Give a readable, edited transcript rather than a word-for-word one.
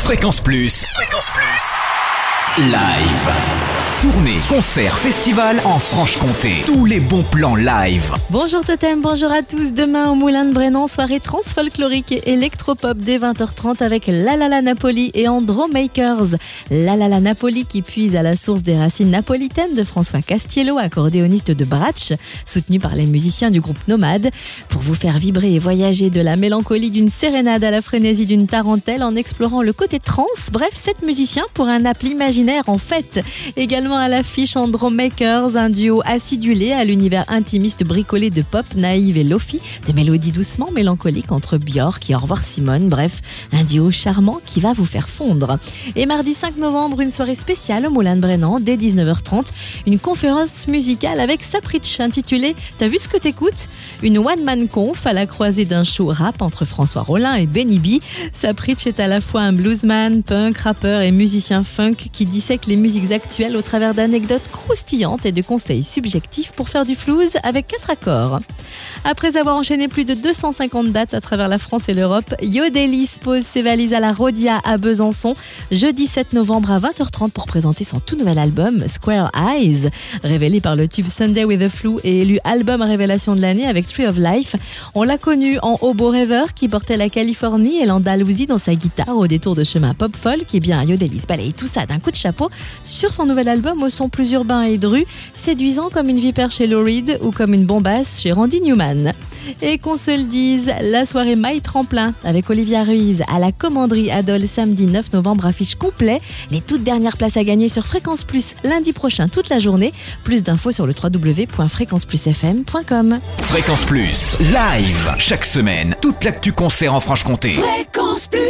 Fréquence Plus. Fréquence Plus. Live. Tournée, concert, festival en Franche-Comté. Tous les bons plans live. Bonjour Totem, bonjour à tous. Demain au Moulin de Brennan, soirée trans-folklorique et électropop dès 20h30 avec La La La Napoli et Andromakers. La La La Napoli qui puise à la source des racines napolitaines de François Castiello, accordéoniste de Bratsch, soutenu par les musiciens du groupe Nomade, pour vous faire vibrer et voyager de la mélancolie d'une sérénade à la frénésie d'une tarentelle en explorant le côté trans. Bref, 7 musiciens pour un appel imaginaire en fête. Également à l'affiche Andromakers, un duo acidulé à l'univers intimiste bricolé de pop naïve et lofi, de mélodies doucement mélancoliques entre Björk et Au revoir Simone. Bref, un duo charmant qui va vous faire fondre. Et mardi 5 novembre, une soirée spéciale au Moulin de Brennan dès 19h30, une conférence musicale avec Sapritch intitulée « T'as vu ce que t'écoutes ?» Une one-man conf à la croisée d'un show rap entre François Rollin et Benny B. Sapritch est à la fois un bluesman, punk, rappeur et musicien funk qui dissèque les musiques actuelles au travers d'anecdotes croustillantes et de conseils subjectifs pour faire du flouze avec 4 accords. Après avoir enchaîné plus de 250 dates à travers la France et l'Europe, Yodelis pose ses valises à la Rhodia à Besançon jeudi 7 novembre à 20h30 pour présenter son tout nouvel album Square Eyes, révélé par le tube Sunday with the Flu et élu album révélation de l'année avec Tree of Life. On l'a connu en hobo rêveur qui portait la Californie et l'Andalousie dans sa guitare au détour de chemin pop folk. Et bien Yodelis balaye tout ça d'un coup de chapeau sur son nouvel album au son plus urbain et dru, séduisant comme une vipère chez Lou Reed ou comme une bombasse chez Randy Newman. Et qu'on se le dise, la soirée Maille Tremplin avec Olivia Ruiz à la Commanderie Adol samedi 9 novembre affiche complet. Les toutes dernières places à gagner sur Fréquence Plus lundi prochain toute la journée. Plus d'infos sur le www.fréquenceplusfm.com. Fréquence Plus, live. Chaque semaine, toute l'actu concert en Franche-Comté. Fréquence Plus.